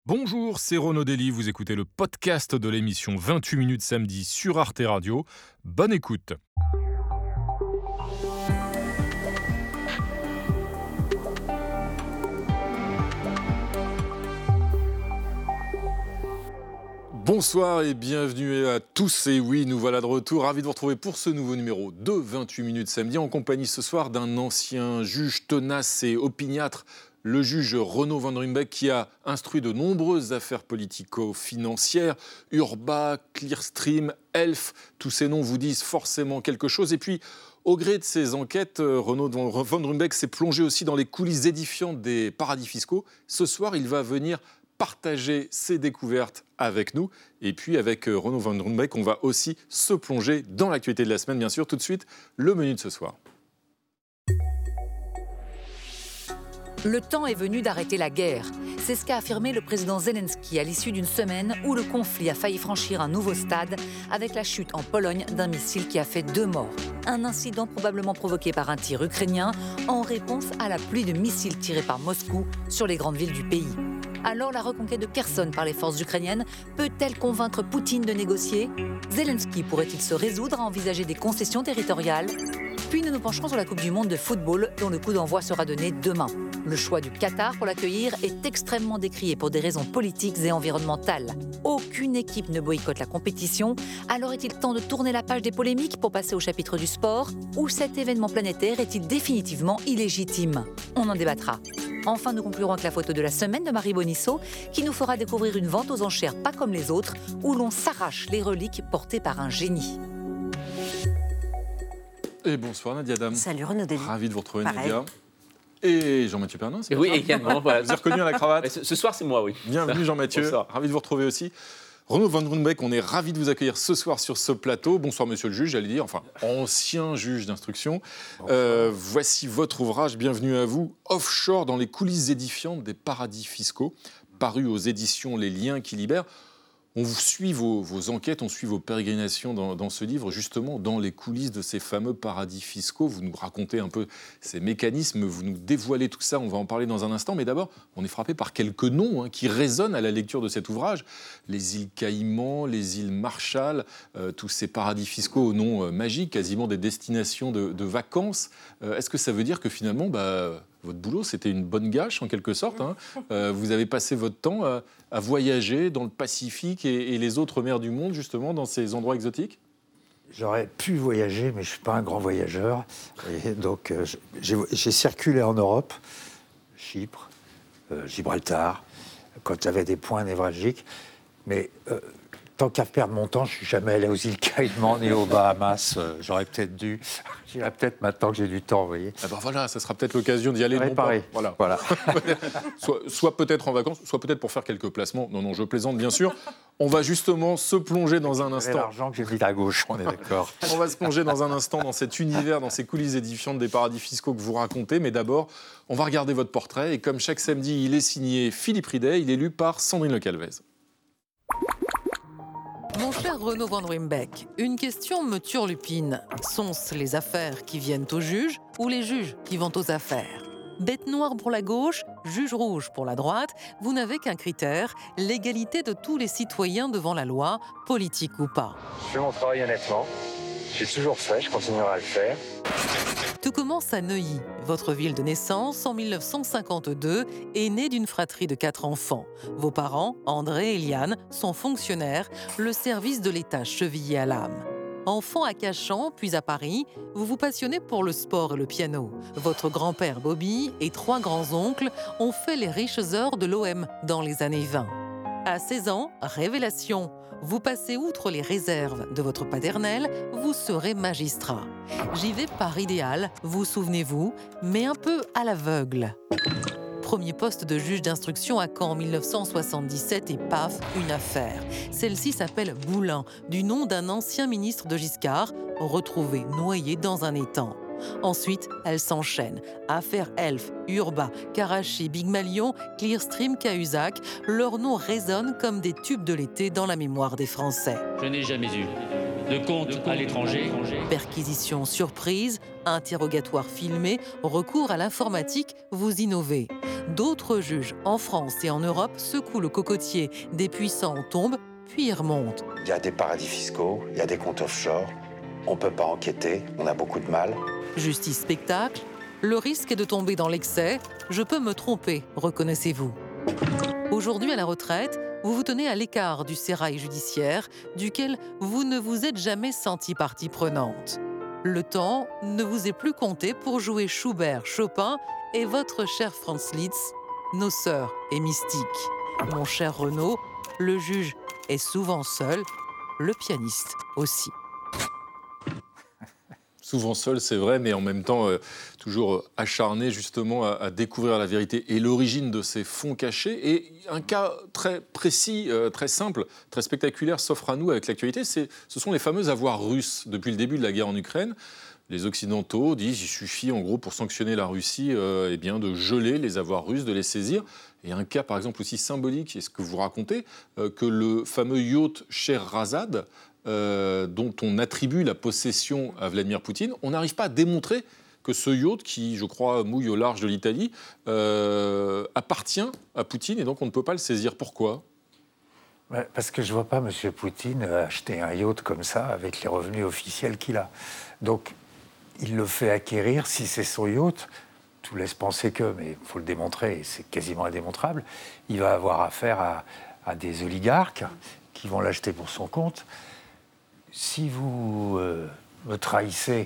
Bonjour, c'est Renaud Dely, vous écoutez le podcast de l'émission 28 minutes samedi sur Arte Radio. Bonne écoute. Bonsoir et bienvenue à tous. Et oui, nous voilà de retour. Ravis de vous retrouver pour ce nouveau numéro de 28 minutes samedi en compagnie ce soir d'un ancien juge tenace et opiniâtre, le juge Renaud Van Ruymbeck, qui a instruit de nombreuses affaires politico-financières. Urba, Clearstream, Elf, tous ces noms vous disent forcément quelque chose. Et puis, au gré de ces enquêtes, Renaud Van Ruymbeck s'est plongé aussi dans les coulisses édifiantes des paradis fiscaux. Ce soir, il va venir partager ses découvertes avec nous. Et puis, avec Renaud Van Ruymbeck, on va aussi se plonger dans l'actualité de la semaine, bien sûr. Tout de suite, le menu de ce soir. Le temps est venu d'arrêter la guerre. C'est ce qu'a affirmé le président Zelensky à l'issue d'une semaine où le conflit a failli franchir un nouveau stade avec la chute en Pologne d'un missile qui a fait 2 morts. Un incident probablement provoqué par un tir ukrainien en réponse à la pluie de missiles tirés par Moscou sur les grandes villes du pays. Alors la reconquête de Kherson par les forces ukrainiennes peut-elle convaincre Poutine de négocier ? Zelensky pourrait-il se résoudre à envisager des concessions territoriales ? Puis nous nous pencherons sur la Coupe du Monde de football dont le coup d'envoi sera donné demain. Le choix du Qatar pour l'accueillir est extrêmement décrié pour des raisons politiques et environnementales. Aucune équipe ne boycotte la compétition, alors est-il temps de tourner la page des polémiques pour passer au chapitre du sport ? Ou cet événement planétaire est-il définitivement illégitime ? On en débattra. Enfin, nous conclurons avec la photo de la semaine de Marie Bonisseau, qui nous fera découvrir une vente aux enchères pas comme les autres, où l'on s'arrache les reliques portées par un génie. Et bonsoir Nadia Dam. Salut Renaud Dely. Ravi de vous retrouver Pareil. Nadia. Et Jean-Mathieu Pernin, c'est Oui, ça également. Voilà. Vous avez reconnu à la cravate. Ce soir, c'est moi, oui. Bienvenue Jean-Mathieu, Bonsoir. ravi de vous retrouver aussi. Renaud Van Ruymbeck, on est ravi de vous accueillir ce soir sur ce plateau. Bonsoir monsieur le juge, j'allais dire, enfin ancien juge d'instruction. Voici votre ouvrage, bienvenue à vous, Offshore dans les coulisses édifiantes des paradis fiscaux, paru aux éditions Les Liens qui libèrent. On vous suit vos enquêtes, on suit vos pérégrinations dans ce livre, justement dans les coulisses de ces fameux paradis fiscaux. Vous nous racontez un peu ces mécanismes, vous nous dévoilez tout ça, on va en parler dans un instant. Mais d'abord, on est frappé par quelques noms qui résonnent à la lecture de cet ouvrage. Les îles Caïmans, les îles Marshall, tous ces paradis fiscaux aux noms magiques, quasiment des destinations de vacances. Est-ce que ça veut dire que finalement, votre boulot, c'était une bonne gâche en quelque sorte Vous avez passé votre temps à voyager dans le Pacifique et les autres mers du monde, justement, dans ces endroits exotiques ? J'aurais pu voyager, mais je ne suis pas un grand voyageur. Et donc, j'ai circulé en Europe, Chypre, Gibraltar, quand j'avais des points névralgiques. Mais tant qu'à perdre mon temps, je ne suis jamais allé aux îles Caïmans ni aux Bahamas. J'aurais peut-être dû. J'irai peut-être maintenant que j'ai du temps, vous voyez. Voilà, ça sera peut-être l'occasion d'y aller. Réparer. Voilà. soit peut-être en vacances, soit peut-être pour faire quelques placements. Non, je plaisante bien sûr. On va justement se plonger dans un instant. L'argent que j'ai mis à gauche, on est d'accord. On va se plonger dans un instant dans cet univers, dans ces coulisses édifiantes des paradis fiscaux que vous racontez. Mais d'abord, on va regarder votre portrait. Et comme chaque samedi, il est signé Philippe Ridet, il est lu par Sandrine Le Calvez. Mon cher Renaud Van Ruymbeck, une question me turlupine. Sont-ce les affaires qui viennent aux juges ou les juges qui vont aux affaires ? Bête noire pour la gauche, juge rouge pour la droite, vous n'avez qu'un critère, l'égalité de tous les citoyens devant la loi, politique ou pas. Je fais mon travail honnêtement. J'ai toujours fait, je continuerai à le faire. Tout commence à Neuilly, votre ville de naissance, en 1952, est née d'une fratrie de 4 enfants. Vos parents, André et Liane, sont fonctionnaires, le service de l'État chevillé à l'âme. Enfant à Cachan, puis à Paris, vous vous passionnez pour le sport et le piano. Votre grand-père Bobby et 3 grands-oncles ont fait les riches heures de l'OM dans les années 20. À 16 ans, révélation, vous passez outre les réserves de votre paternel, vous serez magistrat. J'y vais par idéal, vous souvenez-vous, mais un peu à l'aveugle. Premier poste de juge d'instruction à Caen en 1977 et paf, une affaire. Celle-ci s'appelle Boulin, du nom d'un ancien ministre de Giscard, retrouvé noyé dans un étang. Ensuite, elles s'enchaînent. Affaires Elf, Urba, Karachi, Big Malion, Clearstream, Cahuzac, leurs noms résonnent comme des tubes de l'été dans la mémoire des Français. Je n'ai jamais eu de compte à l'étranger. Perquisition surprise, interrogatoire filmé, recours à l'informatique, vous innovez. D'autres juges en France et en Europe secouent le cocotier. Des puissants tombent, puis ils remontent. Il y a des paradis fiscaux, il y a des comptes offshore. On ne peut pas enquêter, on a beaucoup de mal. Justice spectacle, le risque est de tomber dans l'excès. Je peux me tromper, reconnaissez-vous. Aujourd'hui à la retraite, vous vous tenez à l'écart du sérail judiciaire, duquel vous ne vous êtes jamais senti partie prenante. Le temps ne vous est plus compté pour jouer Schubert, Chopin et votre cher Franz Liszt, nos sœurs et mystiques. Mon cher Renaud, le juge est souvent seul, le pianiste aussi. Souvent seul, c'est vrai, mais en même temps toujours acharné justement à découvrir la vérité et l'origine de ces fonds cachés. Et un cas très précis, très simple, très spectaculaire s'offre à nous avec l'actualité, ce sont les fameux avoirs russes. Depuis le début de la guerre en Ukraine, les Occidentaux disent qu'il suffit en gros pour sanctionner la Russie eh bien, de geler les avoirs russes, de les saisir. Et un cas par exemple aussi symbolique, est ce que vous racontez, que le fameux yacht Scheherazade, dont on attribue la possession à Vladimir Poutine, on n'arrive pas à démontrer que ce yacht, qui, je crois, mouille au large de l'Italie, appartient à Poutine et donc on ne peut pas le saisir. Pourquoi ? Ouais, parce que je ne vois pas M. Poutine acheter un yacht comme ça avec les revenus officiels qu'il a. Donc, il le fait acquérir, si c'est son yacht, tout laisse penser que, mais il faut le démontrer, et c'est quasiment indémontrable, il va avoir affaire à des oligarques qui vont l'acheter pour son compte. Si vous me trahissez,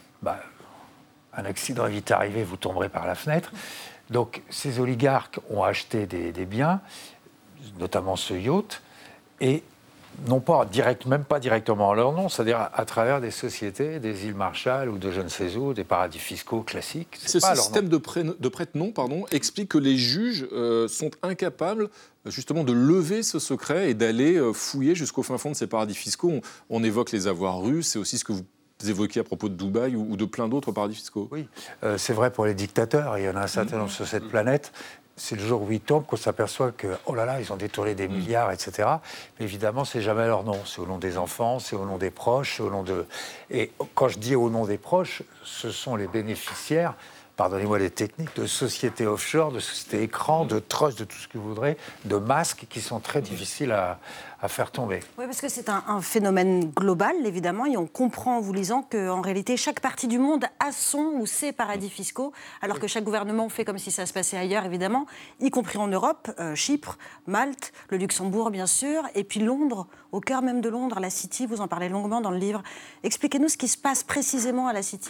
un accident est vite arrivé, vous tomberez par la fenêtre. Donc ces oligarques ont acheté des biens, notamment ce yacht, et non pas même pas directement en leur nom, c'est-à-dire à travers des sociétés, des îles Marshall ou de je ne sais où, des paradis fiscaux classiques. Ce système de prête-nom explique que les juges sont incapables justement de lever ce secret et d'aller fouiller jusqu'au fin fond de ces paradis fiscaux. On évoque les avoirs russes, c'est aussi ce que vous évoquiez à propos de Dubaï ou de plein d'autres paradis fiscaux. Oui, c'est vrai pour les dictateurs, il y en a un certain nombre sur cette planète. C'est le jour où ils tombent qu'on s'aperçoit que, oh là là, ils ont détourné des milliards, etc. Mais évidemment, c'est jamais leur nom. C'est au nom des enfants, c'est au nom des proches, c'est au nom de... Et quand je dis au nom des proches, ce sont les bénéficiaires, pardonnez-moi les techniques, de sociétés offshore, de sociétés écrans, de trusts, de tout ce que vous voudrez, de masques qui sont très difficiles à faire tomber. Oui, parce que c'est un phénomène global, évidemment, et on comprend en vous lisant qu'en réalité, chaque partie du monde a son ou ses paradis fiscaux, alors que chaque gouvernement fait comme si ça se passait ailleurs, évidemment, y compris en Europe, Chypre, Malte, le Luxembourg, bien sûr, et puis Londres, au cœur même de Londres, la City, vous en parlez longuement dans le livre. Expliquez-nous ce qui se passe précisément à la City.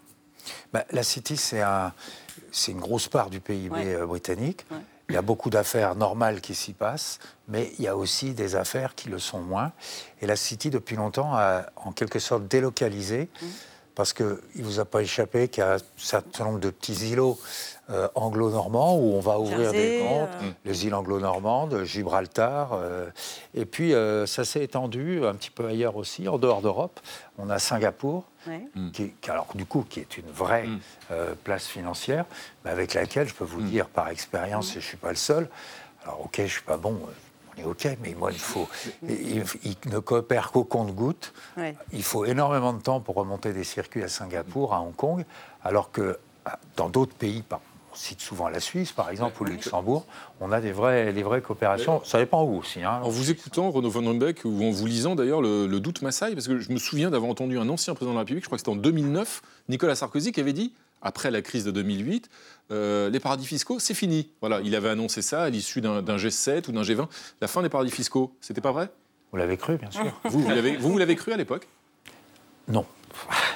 La City, c'est une grosse part du PIB britannique. Ouais. Il y a beaucoup d'affaires normales qui s'y passent, mais il y a aussi des affaires qui le sont moins. Et la City, depuis longtemps, a en quelque sorte délocalisé, parce qu'il ne vous a pas échappé qu'il y a un certain nombre de petits îlots anglo-normands où on va ouvrir des comptes, les îles anglo-normandes, Gibraltar, et puis ça s'est étendu un petit peu ailleurs aussi, en dehors d'Europe. On a Singapour, qui est une vraie place financière, mais avec laquelle je peux vous dire par expérience, et je ne suis pas le seul, alors ok, je ne suis pas bon, on est ok, mais moi il ne coopère qu'au compte-gouttes. Ouais. Il faut énormément de temps pour remonter des circuits à Singapour, à Hong Kong, alors que dans d'autres pays, on cite souvent la Suisse, par exemple, ou le Luxembourg, on a des vraies coopérations. Ça dépend où aussi. Hein. En vous écoutant, Renaud von Rumbeck, ou en vous lisant d'ailleurs le doute Massaï, parce que je me souviens d'avoir entendu un ancien président de la République, je crois que c'était en 2009, Nicolas Sarkozy, qui avait dit, après la crise de 2008, les paradis fiscaux, c'est fini. Voilà, il avait annoncé ça à l'issue d'un G7 ou d'un G20. La fin des paradis fiscaux, c'était pas vrai ? Vous l'avez cru, bien sûr. Vous l'avez cru à l'époque ? Non. Pourquoi ?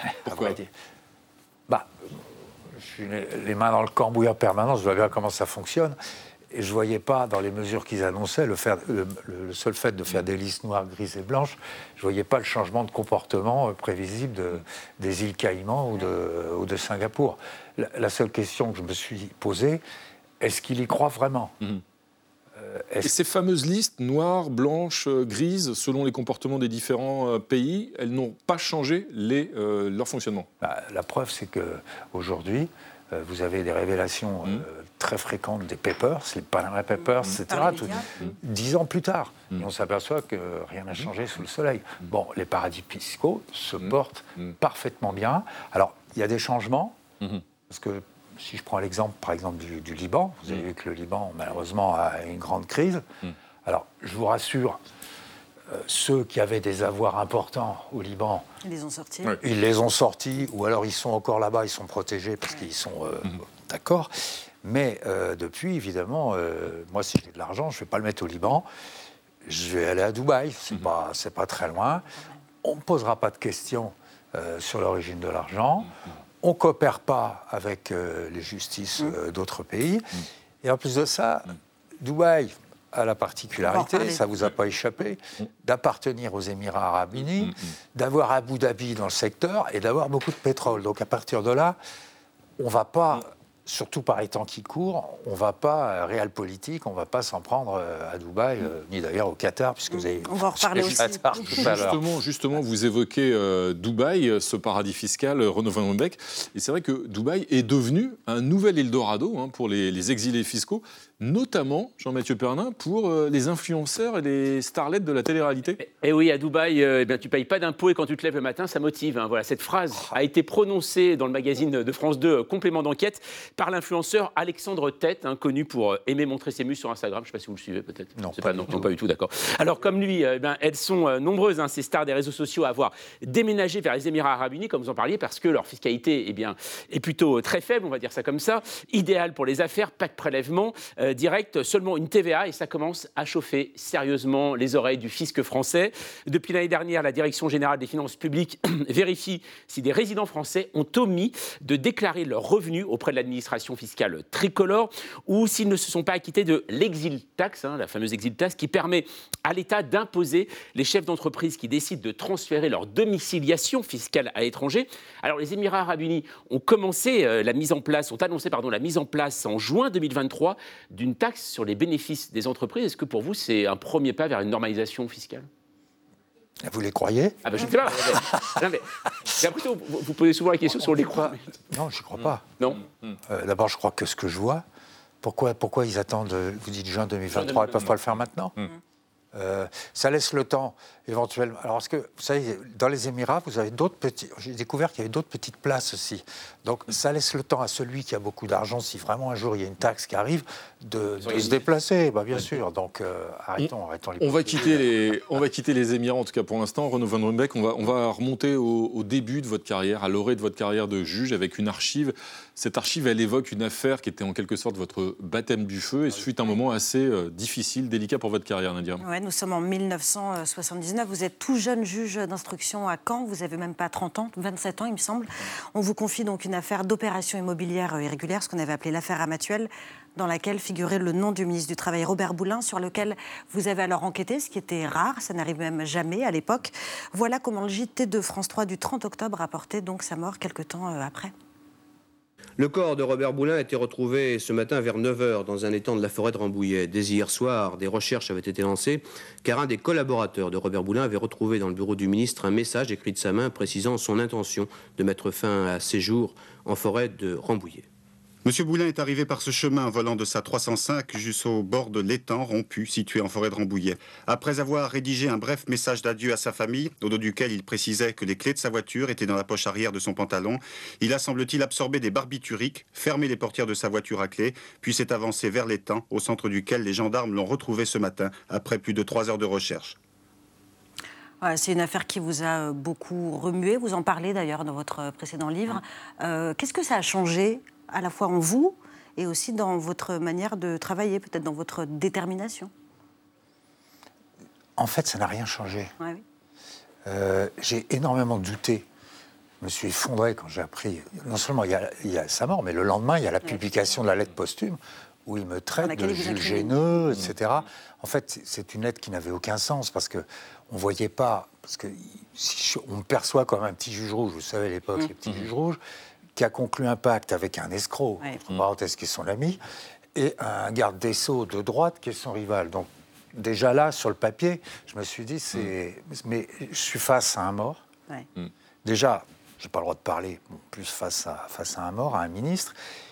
Je suis les mains dans le cambouis en permanence, je vois bien comment ça fonctionne. Et je ne voyais pas, dans les mesures qu'ils annonçaient, le seul fait de faire des listes noires, grises et blanches, je ne voyais pas le changement de comportement prévisible des îles Caïmans ou de Singapour. La seule question que je me suis posée, est-ce qu'il y croit vraiment ? Et ces fameuses listes noires, blanches, grises, selon les comportements des différents pays, elles n'ont pas changé leur fonctionnement. La preuve, c'est qu'aujourd'hui, vous avez des révélations très fréquente des papers, les Panama Papers, etc., 10 ans plus tard. Et on s'aperçoit que rien n'a changé sous le soleil. Bon, les paradis fiscaux se portent parfaitement bien. Alors, il y a des changements, parce que si je prends l'exemple, par exemple, du Liban, vous avez vu que le Liban, malheureusement, a une grande crise. Alors, je vous rassure, ceux qui avaient des avoirs importants au Liban, Ils les ont sortis. Ils les ont sortis, ou alors ils sont encore là-bas, ils sont protégés parce qu'ils sont d'accord. Mais depuis, évidemment, moi, si j'ai de l'argent, je ne vais pas le mettre au Liban. Je vais aller à Dubaï, c'est pas très loin. On ne posera pas de questions sur l'origine de l'argent. On ne coopère pas avec les justices d'autres pays. Et en plus de ça, Dubaï a la particularité, ça ne vous a pas échappé, d'appartenir aux Émirats arabes unis, d'avoir Abu Dhabi dans le secteur et d'avoir beaucoup de pétrole. Donc à partir de là, on ne va pas, surtout par les temps qui courent, on ne va pas, réel politique, on ne va pas s'en prendre à Dubaï, ni d'ailleurs au Qatar, puisque vous avez... On va en reparler aussi. Qatar tout à l'heure. Justement, vous évoquez Dubaï, ce paradis fiscal, Renaud Van Rombeek. Et c'est vrai que Dubaï est devenu un nouvel Eldorado pour les exilés fiscaux, notamment, Jean-Mathieu Pernin, pour les influenceurs et les starlets de la télé-réalité. Et oui, à Dubaï, tu ne payes pas d'impôts et quand tu te lèves le matin, ça motive. Voilà, cette phrase a été prononcée dans le magazine de France 2, Complément d'enquête, par l'influenceur Alexandre Tête, connu pour aimer montrer ses muscles sur Instagram. Je ne sais pas si vous le suivez peut-être. Non, pas du tout, d'accord. Alors comme lui, elles sont nombreuses, ces stars des réseaux sociaux, à avoir déménagé vers les Émirats arabes unis, comme vous en parliez, parce que leur fiscalité est plutôt très faible, on va dire ça comme ça, idéal pour les affaires, pas de prélèvement direct, seulement une TVA, et ça commence à chauffer sérieusement les oreilles du fisc français. Depuis l'année dernière, la Direction générale des finances publiques vérifie si des résidents français ont omis de déclarer leurs revenus auprès de l'administration fiscale tricolore ou s'ils ne se sont pas acquittés de l'exil tax, la fameuse exil tax, qui permet à l'État d'imposer les chefs d'entreprise qui décident de transférer leur domiciliation fiscale à l'étranger. Alors les Émirats arabes unis ont annoncé la mise en place en juin 2023 d'une taxe sur les bénéfices des entreprises. Est-ce que pour vous, c'est un premier pas vers une normalisation fiscale ? Vous les croyez ? Je ne sais pas. Mais après, vous posez souvent la question sur les croix. Non, je n'y crois pas. Non. D'abord, je crois que ce que je vois, pourquoi ils attendent, vous dites juin 2023, ils ne peuvent pas le faire maintenant ? Ça laisse le temps, éventuellement. Alors, parce que, vous savez, dans les Émirats, vous avez d'autres petits... J'ai découvert qu'il y avait d'autres petites places aussi. Donc, ça laisse le temps à celui qui a beaucoup d'argent, si vraiment un jour il y a une taxe qui arrive, de se déplacer, bien sûr. Donc, arrêtons les... On va quitter les Émirats, en tout cas pour l'instant. Renaud Van Rombeek, on va remonter au début de votre carrière, à l'orée de votre carrière de juge, avec une archive. Cette archive, elle évoque une affaire qui était en quelque sorte votre baptême du feu, et ce fut un moment assez difficile, délicat pour votre carrière, Nadia. Ouais, nous sommes en 1979. Vous êtes tout jeune juge d'instruction à Caen. Vous n'avez même pas 30 ans, 27 ans, il me semble. On vous confie donc une affaire d'opération immobilière irrégulière, ce qu'on avait appelé l'affaire Amatuel, dans laquelle figurait le nom du ministre du Travail, Robert Boulin, sur lequel vous avez alors enquêté, ce qui était rare, ça n'arrive même jamais à l'époque. Voilà comment le JT de France 3 du 30 octobre rapportait donc sa mort quelque temps après. Le corps de Robert Boulin a été retrouvé ce matin vers 9h dans un étang de la forêt de Rambouillet. Dès hier soir, des recherches avaient été lancées car un des collaborateurs de Robert Boulin avait retrouvé dans le bureau du ministre un message écrit de sa main précisant son intention de mettre fin à ses jours en forêt de Rambouillet. Monsieur Boulin est arrivé par ce chemin volant de sa 305 jusqu'au bord de l'étang rompu situé en forêt de Rambouillet. Après avoir rédigé un bref message d'adieu à sa famille, au dos duquel il précisait que les clés de sa voiture étaient dans la poche arrière de son pantalon, il a, semble-t-il, absorbé des barbituriques, fermé les portières de sa voiture à clé, puis s'est avancé vers l'étang, au centre duquel les gendarmes l'ont retrouvé ce matin, après plus de 3 heures de recherche. Ouais, c'est une affaire qui vous a beaucoup remué. Vous en parlez d'ailleurs dans votre précédent livre. Qu'est-ce que ça a changé à la fois en vous et aussi dans votre manière de travailler, peut-être dans votre détermination? En fait, ça n'a rien changé. Ouais, oui. J'ai énormément douté. Je me suis effondré quand j'ai appris... Non seulement il y a sa mort, mais le lendemain, il y a la publication de la lettre posthume où il me traite de juge gêneux, etc. En fait, c'est une lettre qui n'avait aucun sens parce qu'on ne voyait pas... Parce qu'on me perçoit comme un petit juge rouge, vous savez, à l'époque, les petits juges rouges, qui a conclu un pacte avec un escroc, entre parenthèses, qui est son ami, et un garde des Sceaux de droite qui est son rival. Donc, déjà là, sur le papier, je me suis dit, mais je suis face à un mort. Ouais. Déjà, je n'ai pas le droit de parler, plus face à un mort, à un ministre.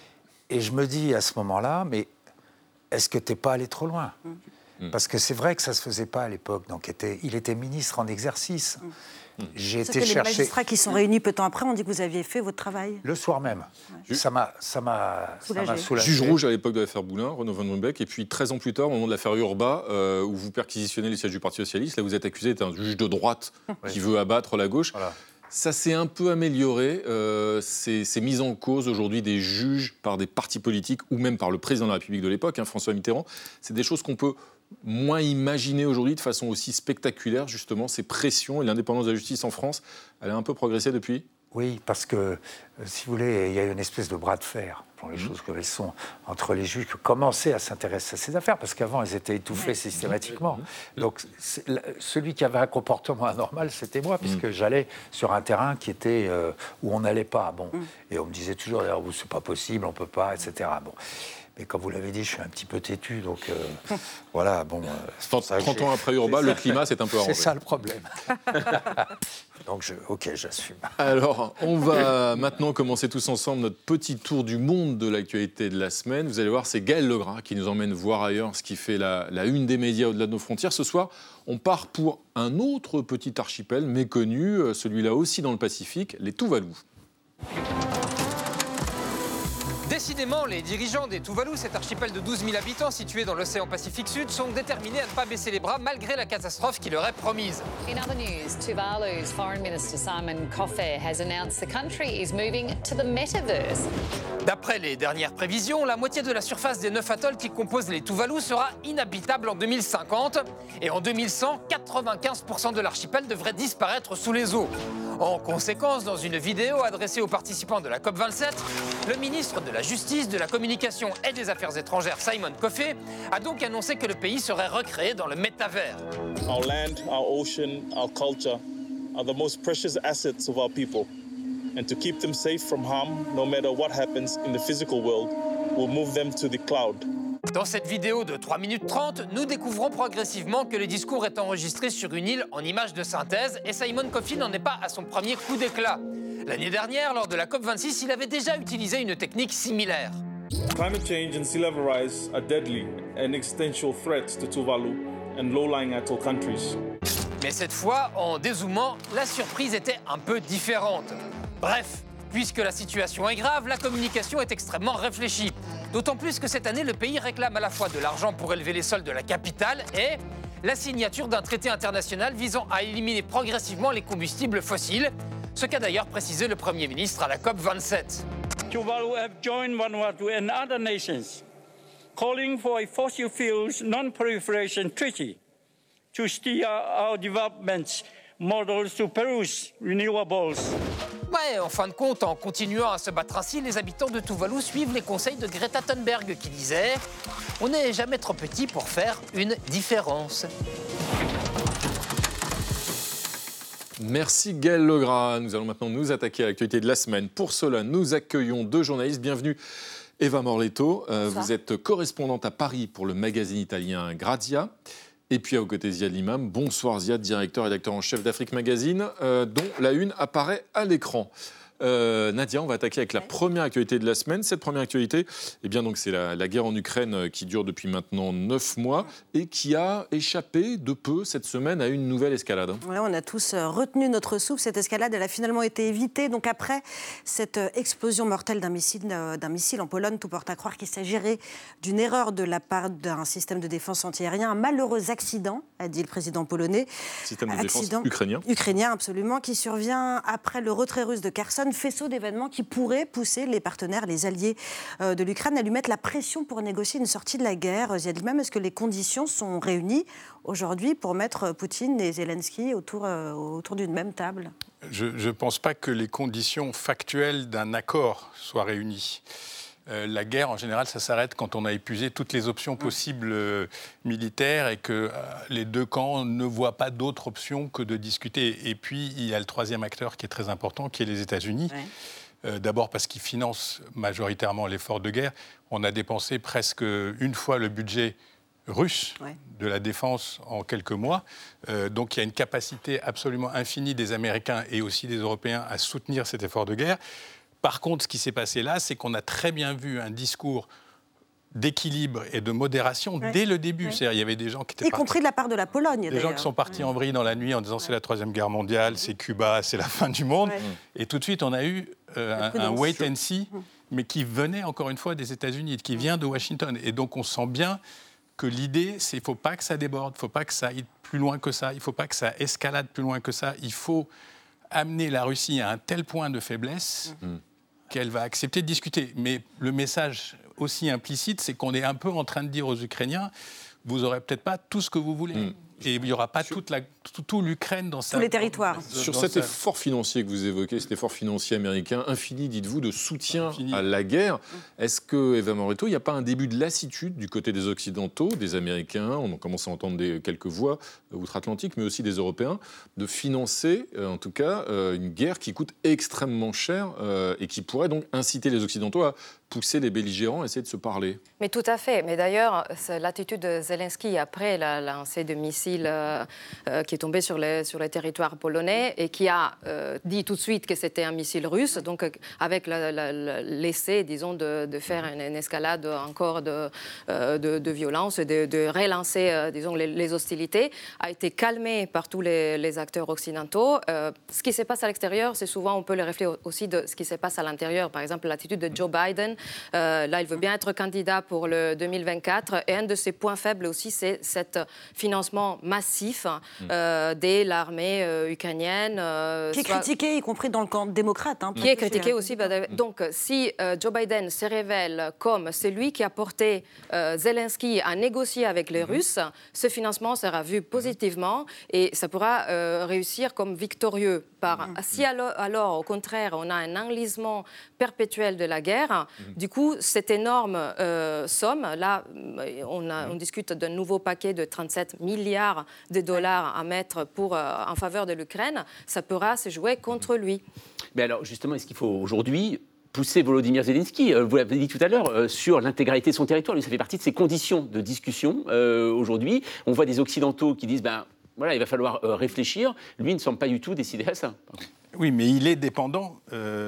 Et je me dis à ce moment-là, mais est-ce que tu n'es pas allé trop loin ? Parce que c'est vrai que ça ne se faisait pas à l'époque. Donc il était ministre en exercice. J'ai été les chercher... magistrats qui sont réunis peu de temps après ont dit que vous aviez fait votre travail. Le soir même. Ça m'a soulagé. Juge rouge à l'époque de l'affaire Boulin, Renaud Van Ruymbeck, et puis 13 ans plus tard, au moment de l'affaire Urba, où vous perquisitionnez les sièges du Parti Socialiste, là vous êtes accusé d'être un juge de droite qui veut abattre la gauche. Voilà. Ça s'est un peu amélioré, ces mises en cause aujourd'hui des juges par des partis politiques ou même par le président de la République de l'époque, François Mitterrand. C'est des choses qu'on peut moins imaginer aujourd'hui de façon aussi spectaculaire, justement, ces pressions et l'indépendance de la justice en France. Elle a un peu progressé depuis ? Oui, parce que, si vous voulez, il y a une espèce de bras de fer, pour les choses comme elles sont, entre les juges qui commençaient à s'intéresser à ces affaires, parce qu'avant, elles étaient étouffées systématiquement. Donc, celui qui avait un comportement anormal, c'était moi, puisque j'allais sur un terrain qui était où on n'allait pas. Bon. Et on me disait toujours, c'est pas possible, on peut pas, etc. Bon. Mais comme vous l'avez dit, je suis un petit peu têtu, donc voilà, bon... 30 ans après Urba, le climat s'est un peu arrangé. C'est ça le problème. Donc, j'assume. Alors, on va maintenant commencer tous ensemble notre petit tour du monde de l'actualité de la semaine. Vous allez voir, c'est Gaël Legras qui nous emmène voir ailleurs ce qui fait la une des médias au-delà de nos frontières. Ce soir, on part pour un autre petit archipel méconnu, celui-là aussi dans le Pacifique, les Tuvalu. Décidément, les dirigeants des Tuvalu, cet archipel de 12 000 habitants situé dans l'océan Pacifique Sud, sont déterminés à ne pas baisser les bras malgré la catastrophe qui leur est promise. In other news, Tuvalu's Foreign Minister Simon Coffey has announced the country is moving to the metaverse. D'après les dernières prévisions, la moitié de la surface des 9 atolls qui composent les Tuvalu sera inhabitable en 2050. Et en 2100, 95% de l'archipel devrait disparaître sous les eaux. En conséquence, dans une vidéo adressée aux participants de la COP27, le ministre de la Justice, de la Communication et des Affaires étrangères, Simon Coffey, a donc annoncé que le pays serait recréé dans le métavers. Our land, our ocean, our culture are the most precious assets of our people. And to keep them safe from harm, no matter what happens in the physical world, we'll move them to the cloud. Dans cette vidéo de 3 minutes 30, nous découvrons progressivement que le discours est enregistré sur une île en images de synthèse et Simon Coffey n'en est pas à son premier coup d'éclat. L'année dernière, lors de la COP26, il avait déjà utilisé une technique similaire. Climate change and sea level rise are deadly and existential threats to Tuvalu and low-lying atoll countries. Mais cette fois, en dézoomant, la surprise était un peu différente. Bref, puisque la situation est grave, la communication est extrêmement réfléchie. D'autant plus que cette année, le pays réclame à la fois de l'argent pour élever les sols de la capitale et la signature d'un traité international visant à éliminer progressivement les combustibles fossiles, ce qu'a d'ailleurs précisé le Premier ministre à la COP27. Tuvalu have joined Vanuatu and other nations, calling for a fossil fuels non-proliferation treaty to steer our development models to Peru's renewables. Ouais, en fin de compte, en continuant à se battre ainsi, les habitants de Tuvalu suivent les conseils de Greta Thunberg qui disait « On n'est jamais trop petit pour faire une différence ». Merci Gaël Legras. Nous allons maintenant nous attaquer à l'actualité de la semaine. Pour cela, nous accueillons deux journalistes. Bienvenue Eva Morletto. Vous êtes correspondante à Paris pour le magazine italien Grazia. Et puis à vos côtés, Ziad Limam. Bonsoir Ziad, directeur et rédacteur en chef d'Afrique Magazine, dont la une apparaît à l'écran. Nadia, on va attaquer avec la première actualité de la semaine. Cette première actualité, eh bien, donc, c'est la guerre en Ukraine qui dure depuis maintenant 9 mois et qui a échappé de peu cette semaine à une nouvelle escalade. Ouais, on a tous retenu notre souffle. Cette escalade, elle a finalement été évitée. Donc après cette explosion mortelle d'un missile en Pologne, tout porte à croire qu'il s'agirait d'une erreur de la part d'un système de défense antiaérien. Un malheureux accident, a dit le président polonais. Système de défense ukrainien. Ukrainien, absolument, qui survient après le retrait russe de Kherson. Faisceau d'événements qui pourrait pousser les partenaires, les alliés de l'Ukraine à lui mettre la pression pour négocier une sortie de la guerre. Ziad Limam, est-ce que les conditions sont réunies aujourd'hui pour mettre Poutine et Zelensky autour d'une même table ? Je ne pense pas que les conditions factuelles d'un accord soient réunies. La guerre, en général, ça s'arrête quand on a épuisé toutes les options possibles militaires et que les deux camps ne voient pas d'autres options que de discuter. Et puis, il y a le troisième acteur qui est très important, qui est les États-Unis. Ouais. D'abord parce qu'ils financent majoritairement l'effort de guerre. On a dépensé presque une fois le budget russe de la défense en quelques mois. Donc, il y a une capacité absolument infinie des Américains et aussi des Européens à soutenir cet effort de guerre. par contre, ce qui s'est passé là, c'est qu'on a très bien vu un discours d'équilibre et de modération dès le début. C'est-à-dire, il y avait des gens qui étaient y compris de la part de la Pologne. Des gens qui sont partis en vrille dans la nuit en disant c'est la Troisième Guerre mondiale, c'est Cuba, c'est la fin du monde. Et tout de suite, on a eu un wait and see, mais qui venait encore une fois des États-Unis, qui vient de Washington. Et donc, on sent bien que l'idée, c'est qu'il ne faut pas que ça déborde, il ne faut pas que ça aille plus loin que ça, il ne faut pas que ça escalade plus loin que ça. Il faut amener la Russie à un tel point de faiblesse qu'elle va accepter de discuter. Mais le message aussi implicite, c'est qu'on est un peu en train de dire aux Ukrainiens, vous n'aurez peut-être pas tout ce que vous voulez. Et il n'y aura pas tout l'Ukraine dans tous les territoires. Sur cet effort financier que vous évoquez, cet effort financier américain infini, dites-vous, de soutien à la guerre, est-ce que, Eva Moreto, il n'y a pas un début de lassitude du côté des Occidentaux, des Américains, on commence à entendre quelques voix outre-Atlantique, mais aussi des Européens, de financer, en tout cas, une guerre qui coûte extrêmement cher et qui pourrait donc inciter les Occidentaux à pousser les belligérants à essayer de se parler? Mais tout à fait. Mais d'ailleurs, l'attitude de Zelensky après la lancée de missiles qui est tombé sur le territoire polonais et qui a dit tout de suite que c'était un missile russe, donc avec l'essai, disons, de faire une escalade encore de violence, de relancer, disons, les hostilités, a été calmé par tous les acteurs occidentaux. Ce qui se passe à l'extérieur, c'est souvent, on peut le refléter aussi de ce qui se passe à l'intérieur. Par exemple, l'attitude de Joe Biden. Là, il veut bien être candidat pour le 2024. Et un de ses points faibles aussi, c'est cet financement massif de l'armée ukrainienne. Qui est critiqué, y compris dans le camp démocrate. Qui est critiqué aussi. Donc, si Joe Biden se révèle comme celui qui a porté Zelensky à négocier avec les Russes, ce financement sera vu positivement et ça pourra réussir comme victorieux. Si alors, au contraire, on a un enlisement perpétuel de la guerre, du coup, cette énorme somme, là, on discute d'un nouveau paquet de 37 milliards de dollars à mettre en faveur de l'Ukraine, ça pourra se jouer contre lui. Mais alors, justement, est-ce qu'il faut aujourd'hui pousser Volodymyr Zelensky, vous l'avez dit tout à l'heure, sur l'intégralité de son territoire? Lui, ça fait partie de ses conditions de discussion aujourd'hui. On voit des Occidentaux qui disent voilà, il va falloir réfléchir. Lui, il ne semble pas du tout décider à ça. Oui, mais il est dépendant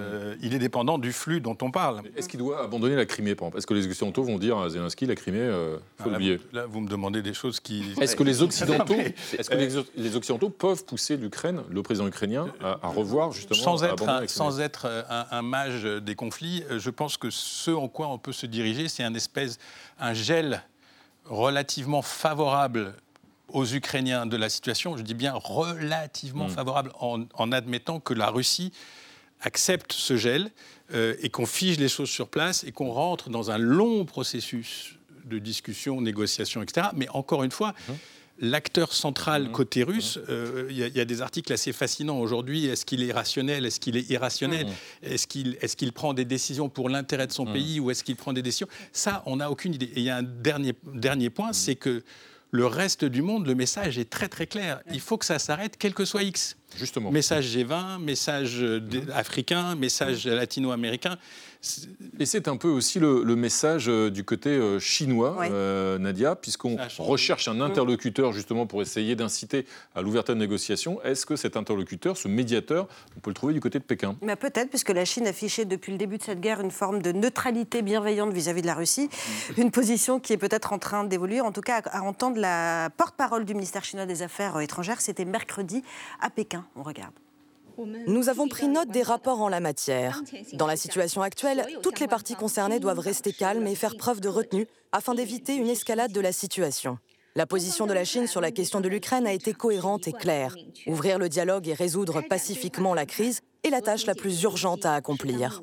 du flux dont on parle. Est-ce qu'il doit abandonner la Crimée, par exemple? Est-ce que les Occidentaux vont dire à Zelensky, la Crimée, faut l'oublier? Là, vous me demandez des choses qui... Est-ce que les Occidentaux, les Occidentaux peuvent pousser l'Ukraine, le président ukrainien, à revoir justement... Sans être un mage des conflits, je pense que ce en quoi on peut se diriger, c'est un gel relativement favorable aux Ukrainiens de la situation, je dis bien relativement favorable, en admettant que la Russie accepte ce gel et qu'on fige les choses sur place et qu'on rentre dans un long processus de discussion, négociation, etc. Mais encore une fois, l'acteur central côté russe, il y a des articles assez fascinants aujourd'hui. Est-ce qu'il est rationnel? Est-ce qu'il est irrationnel? Est-ce qu'il prend des décisions pour l'intérêt de son pays ou est-ce qu'il prend des décisions? Ça, on n'a aucune idée. Et il y a un dernier point, c'est que le reste du monde, le message est très très clair. Il faut que ça s'arrête, quel que soit X. Justement. Message G20, message africain, message latino-américain. Et c'est un peu aussi le message du côté chinois, Nadia, puisqu'on recherche un interlocuteur justement pour essayer d'inciter à l'ouverture de négociations. Est-ce que cet interlocuteur, ce médiateur, on peut le trouver du côté de Pékin? Peut-être, puisque la Chine affichait depuis le début de cette guerre une forme de neutralité bienveillante vis-à-vis de la Russie, une position qui est peut-être en train d'évoluer. En tout cas, à entendre la porte-parole du ministère chinois des Affaires étrangères, c'était mercredi à Pékin. On regarde. Nous avons pris note des rapports en la matière. Dans la situation actuelle, toutes les parties concernées doivent rester calmes et faire preuve de retenue afin d'éviter une escalade de la situation. La position de la Chine sur la question de l'Ukraine a été cohérente et claire. Ouvrir le dialogue et résoudre pacifiquement la crise est la tâche la plus urgente à accomplir.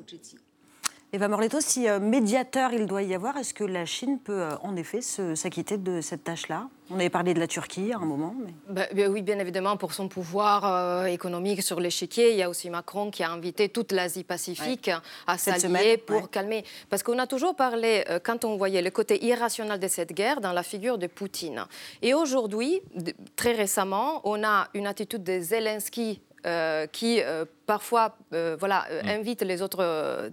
Eva Moreto, si médiateur il doit y avoir, est-ce que la Chine peut en effet s'acquitter de cette tâche-là? On avait parlé de la Turquie à un moment. Oui, bien évidemment, pour son pouvoir économique sur l'échiquier, il y a aussi Macron qui a invité toute l'Asie-Pacifique à s'allier pour calmer. Parce qu'on a toujours parlé, quand on voyait le côté irrationnel de cette guerre, dans la figure de Poutine. Et aujourd'hui, très récemment, on a une attitude de Zelensky qui parfois invite les autres,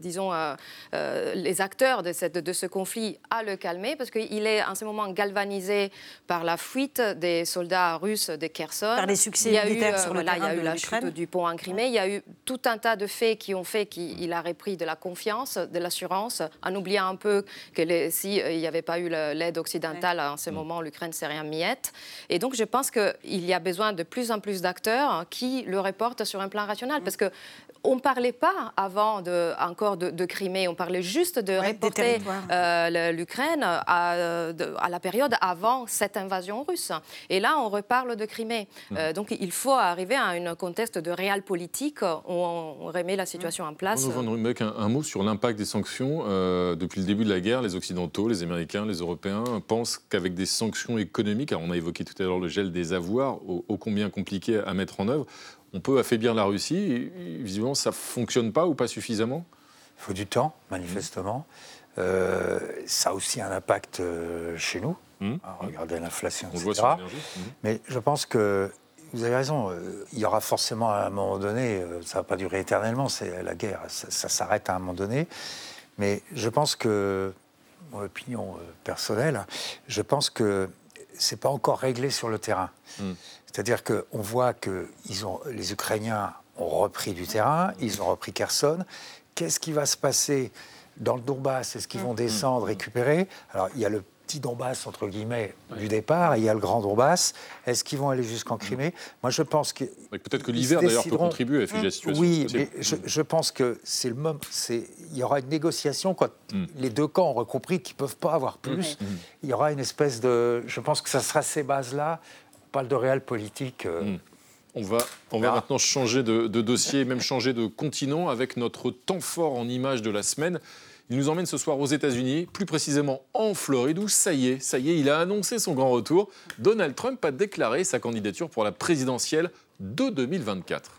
les acteurs de ce conflit à le calmer, parce qu'il est en ce moment galvanisé par la fuite des soldats russes de Kherson. Par les succès militaires sur le terrain il y a eu la chute du pont en Crimée, il y a eu tout un tas de faits qui ont fait qu'il a repris de la confiance, de l'assurance, en oubliant un peu que s'il n'y avait pas eu l'aide occidentale, en ce moment, l'Ukraine serait en miettes. Et donc, je pense qu'il y a besoin de plus en plus d'acteurs qui le reportent sur un plan rationnel, parce que on ne parlait pas avant encore de Crimée, on parlait juste de reporter l'Ukraine à la période avant cette invasion russe. Et là, on reparle de Crimée. Donc il faut arriver à un contexte de réel politique où on remet la situation en place. Van Ruymbeck, un mot sur l'impact des sanctions. Depuis le début de la guerre, les Occidentaux, les Américains, les Européens pensent qu'avec des sanctions économiques, alors on a évoqué tout à l'heure le gel des avoirs, ô combien compliqué à mettre en œuvre, on peut affaiblir la Russie. Et visiblement, ça ne fonctionne pas ou pas suffisamment ? Il faut du temps, manifestement. Ça a aussi un impact chez nous. Regardez l'inflation, etc. Mais je pense que vous avez raison. Il y aura forcément à un moment donné, ça ne va pas durer éternellement, c'est la guerre, ça s'arrête à un moment donné. Mais je pense que, mon opinion personnelle, je pense que ce n'est pas encore réglé sur le terrain. C'est-à-dire qu'on voit que les Ukrainiens ont repris du terrain, ils ont repris Kherson. Qu'est-ce qui va se passer dans le Donbass? Est-ce qu'ils vont descendre, récupérer? Alors, il y a le petit Donbass, entre guillemets, du départ, et il y a le grand Donbass. Est-ce qu'ils vont aller jusqu'en Crimée? Moi, je pense que... Peut-être que l'hiver, d'ailleurs, peut contribuer à figer la situation. Oui, mais je pense que c'est le moment... Il y aura une négociation quand les deux camps auront compris qu'ils ne peuvent pas avoir plus. Il y aura une espèce de... Je pense que ça sera ces bases-là. On parle de réel politique. On va maintenant changer de dossier, même changer de continent avec notre temps fort en images de la semaine. Il nous emmène ce soir aux États-Unis, plus précisément en Floride, où ça y est, il a annoncé son grand retour. Donald Trump a déclaré sa candidature pour la présidentielle de 2024.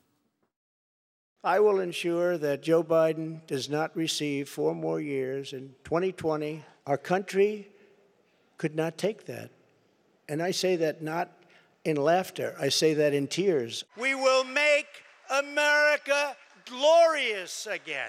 I will ensure that Joe Biden does not receive 4 more years in 2020. Our country could not take that. And I say that not in laughter, I say that in tears. We will make America glorious again.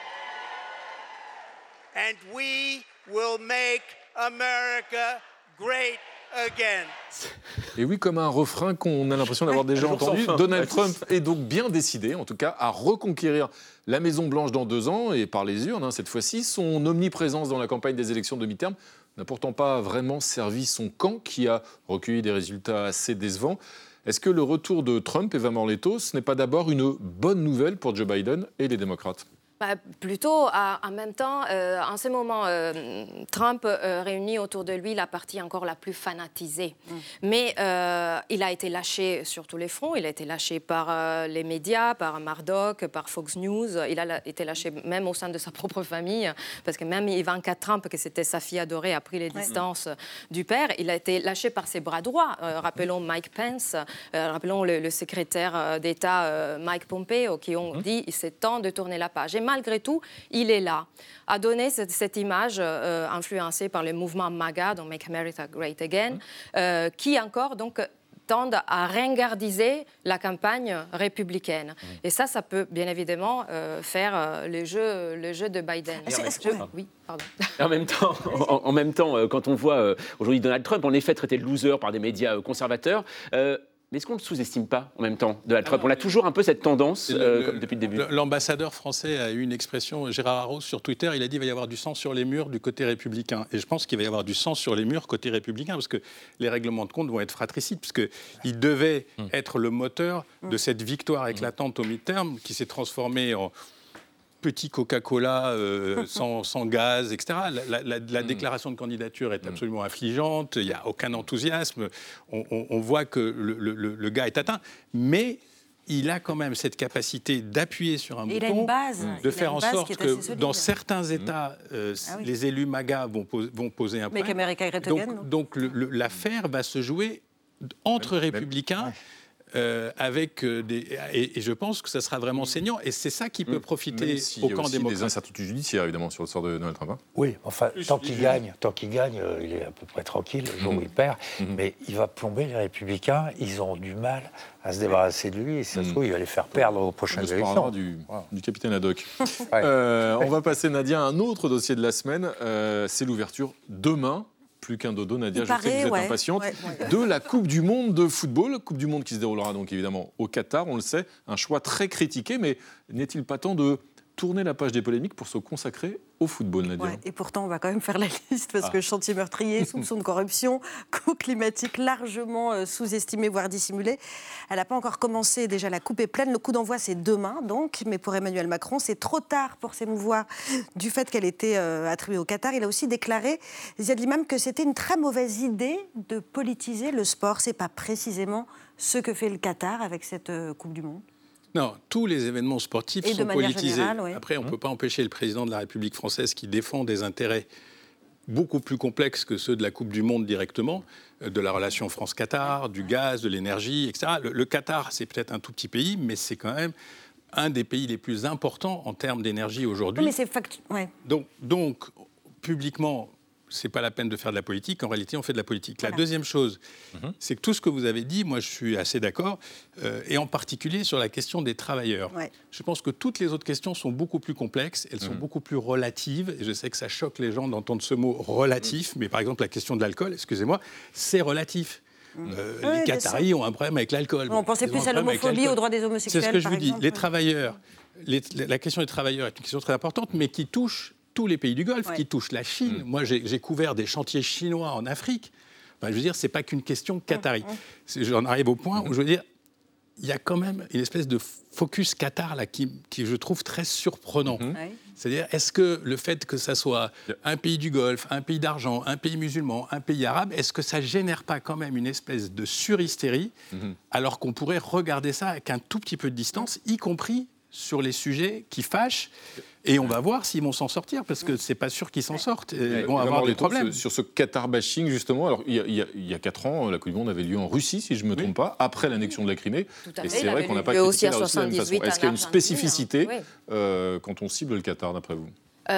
And we will make America great again. Et oui, comme un refrain qu'on a l'impression d'avoir déjà entendu, Donald Trump est donc bien décidé, en tout cas, à reconquérir la Maison-Blanche dans 2 ans, et par les urnes, cette fois-ci. Son omniprésence dans la campagne des élections de mi-terme n'a pourtant pas vraiment servi son camp, qui a recueilli des résultats assez décevants. Est-ce que le retour de Trump, Eva Morletto, ce n'est pas d'abord une bonne nouvelle pour Joe Biden et les démocrates ? Plutôt, en même temps, en ce moment, Trump réunit autour de lui la partie encore la plus fanatisée. Mais il a été lâché sur tous les fronts. Il a été lâché par les médias, par Murdoch, par Fox News. Il a été lâché même au sein de sa propre famille, parce que même Ivanka Trump, que c'était sa fille adorée, a pris les distances du père. Il a été lâché par ses bras droits. Rappelons Mike Pence, rappelons le secrétaire d'État Mike Pompeo, qui ont dit c'est temps de tourner la page. Et malgré tout, il est là, à donner cette image influencée par le mouvement MAGA, donc Make America Great Again, qui encore donc tendent à ringardiser la campagne républicaine. Et ça peut bien évidemment faire le jeu de Biden. Oui, pardon. En même temps, quand on voit aujourd'hui Donald Trump, en effet, traité de loser par des médias conservateurs, mais est-ce qu'on ne le sous-estime pas en même temps, Donald Trump ? On a toujours un peu cette tendance depuis le début. L'ambassadeur français a eu une expression, Gérard Arros, sur Twitter, il a dit qu'il va y avoir du sang sur les murs du côté républicain. Et je pense qu'il va y avoir du sang sur les murs côté républicain, parce que les règlements de compte vont être fratricides, puisqu'il devait être le moteur de cette victoire éclatante au mi-terme, qui s'est transformée en petit Coca-Cola sans gaz, etc. La déclaration de candidature est absolument affligeante, il n'y a aucun enthousiasme, on voit que le gars est atteint, mais il a quand même cette capacité d'appuyer sur un bouton, de faire en sorte que dans certains États, les élus MAGA vont poser un problème. Donc l'affaire va se jouer entre républicains. et je pense que ça sera vraiment saignant. Et c'est ça qui peut profiter au camp démocrate. Il y a aussi des incertitudes judiciaires, évidemment, sur le sort de Donald Trump. Hein. Oui, enfin, tant qu'il gagne, il est à peu près tranquille le jour où il perd. Mais il va plomber les Républicains. Ils ont du mal à se débarrasser de lui. Et si ça se trouve, il va les faire perdre aux prochaines élections. Du capitaine Haddock. On va passer, Nadia, à un autre dossier de la semaine. C'est l'ouverture demain. Plus qu'un dodo, Nadia, je sais que vous êtes impatiente, de la Coupe du Monde de football. Coupe du Monde qui se déroulera donc évidemment au Qatar, on le sait, un choix très critiqué, mais n'est-il pas temps de tourner la page des polémiques pour se consacrer au football, Nadia? Et pourtant, on va quand même faire la liste, parce que chantier meurtrier, soupçon de corruption, coût climatique largement sous-estimé, voire dissimulé. Elle n'a pas encore commencé, déjà la coupe est pleine. Le coup d'envoi, c'est demain, donc, mais pour Emmanuel Macron, c'est trop tard pour s'émouvoir du fait qu'elle était attribuée au Qatar. Il a aussi déclaré, Ziad Limam, que c'était une très mauvaise idée de politiser le sport. C'est pas précisément ce que fait le Qatar avec cette Coupe du Monde. Non, tous les événements sportifs sont politisés. Générale, Après, on ne peut pas empêcher le président de la République française qui défend des intérêts beaucoup plus complexes que ceux de la Coupe du Monde directement, de la relation France-Qatar, du gaz, de l'énergie, etc. Le Qatar, c'est peut-être un tout petit pays, mais c'est quand même un des pays les plus importants en termes d'énergie aujourd'hui. Oui, mais c'est Donc, publiquement, c'est pas la peine de faire de la politique. En réalité, on fait de la politique. Voilà. La deuxième chose, c'est que tout ce que vous avez dit, moi, je suis assez d'accord, et en particulier sur la question des travailleurs. Ouais. Je pense que toutes les autres questions sont beaucoup plus complexes, elles sont beaucoup plus relatives, et je sais que ça choque les gens d'entendre ce mot relatif, mais par exemple, la question de l'alcool, excusez-moi, c'est relatif. Les Qataris ont un problème avec l'alcool. On pensait plus à l'homophobie, aux droits des homosexuels. C'est ce que je vous dis. Les travailleurs, la question des travailleurs est une question très importante, mais qui touche tous les pays du Golfe, qui touchent la Chine. Moi, j'ai couvert des chantiers chinois en Afrique. Enfin, je veux dire, c'est pas qu'une question qatari. J'en arrive au point où je veux dire, il y a quand même une espèce de focus Qatar là qui je trouve très surprenant. C'est-à-dire, est-ce que le fait que ça soit un pays du Golfe, un pays d'argent, un pays musulman, un pays arabe, est-ce que ça génère pas quand même une espèce de surhystérie, alors qu'on pourrait regarder ça avec un tout petit peu de distance, y compris sur les sujets qui fâchent, et on va voir s'ils vont s'en sortir, parce que c'est pas sûr qu'ils s'en sortent. Ils vont avoir des problèmes. Sur ce Qatar bashing, justement, alors il y a 4 ans, la Coupe du Monde avait lieu en Russie, si je ne me trompe pas, après l'annexion de la Crimée. Et c'est vrai qu'on n'a pas critiqué la Russie de la même façon. Est-ce qu'il y a une spécificité quand on cible le Qatar, d'après vous?